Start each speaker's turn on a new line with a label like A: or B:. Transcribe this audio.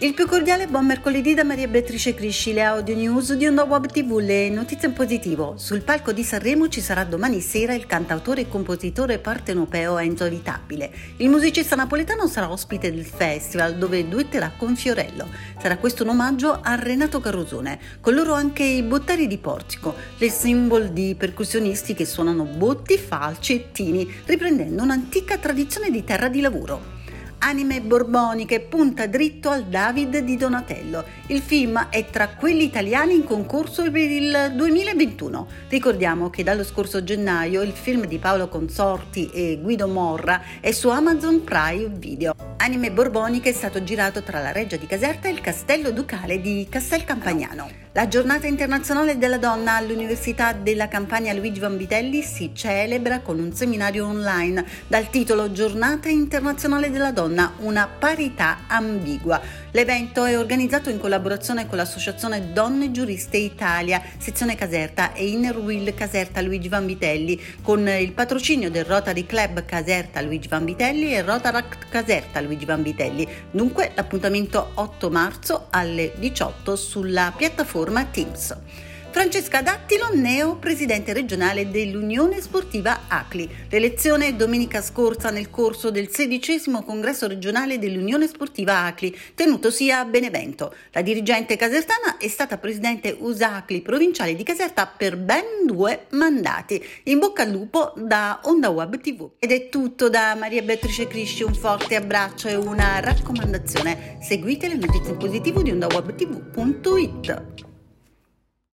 A: Il più cordiale buon mercoledì da Maria Beatrice Crisci, le audio news di Onda Web TV, le notizie in positivo. Sul palco di Sanremo ci sarà domani sera il cantautore e compositore partenopeo Enzo Avitabile. Il musicista napoletano sarà ospite del festival dove duetterà con Fiorello. Sarà questo un omaggio a Renato Carosone, con loro anche i Bottari di Portico, le simbol di percussionisti che suonano botti, falci e tini, riprendendo un'antica tradizione di terra di lavoro. Anime borboniche punta dritto al David di Donatello. Il film è tra quelli italiani in concorso per il 2021. Ricordiamo che dallo scorso gennaio il film di Paolo Consorti e Guido Morra è su Amazon Prime Video. Anime borboniche è stato girato tra la Reggia di Caserta e il Castello Ducale di Castel Campagnano. La giornata internazionale della donna all'Università della Campania Luigi Vanvitelli si celebra con un seminario online dal titolo Giornata internazionale della donna, una parità ambigua. L'evento è organizzato in collaborazione con l'Associazione Donne Giuriste Italia, sezione Caserta e Inner Wheel Caserta Luigi Vanvitelli, con il patrocinio del Rotary Club Caserta Luigi Vanvitelli e Rotaract Caserta Luigi Vanvitelli. Dunque l'appuntamento 8 marzo alle 18 sulla piattaforma Teams. Francesca Dattilo, neo presidente regionale dell'Unione Sportiva ACLI. L'elezione domenica scorsa nel corso del 16° congresso regionale dell'Unione Sportiva ACLI, tenutosi a Benevento. La dirigente casertana è stata presidente USACLI provinciale di Caserta per ben 2 mandati. In bocca al lupo da Onda Web TV. Ed è tutto da Maria Beatrice Crisci, un forte abbraccio e una raccomandazione. Seguite le notizie in positivo di ondawebtv.it.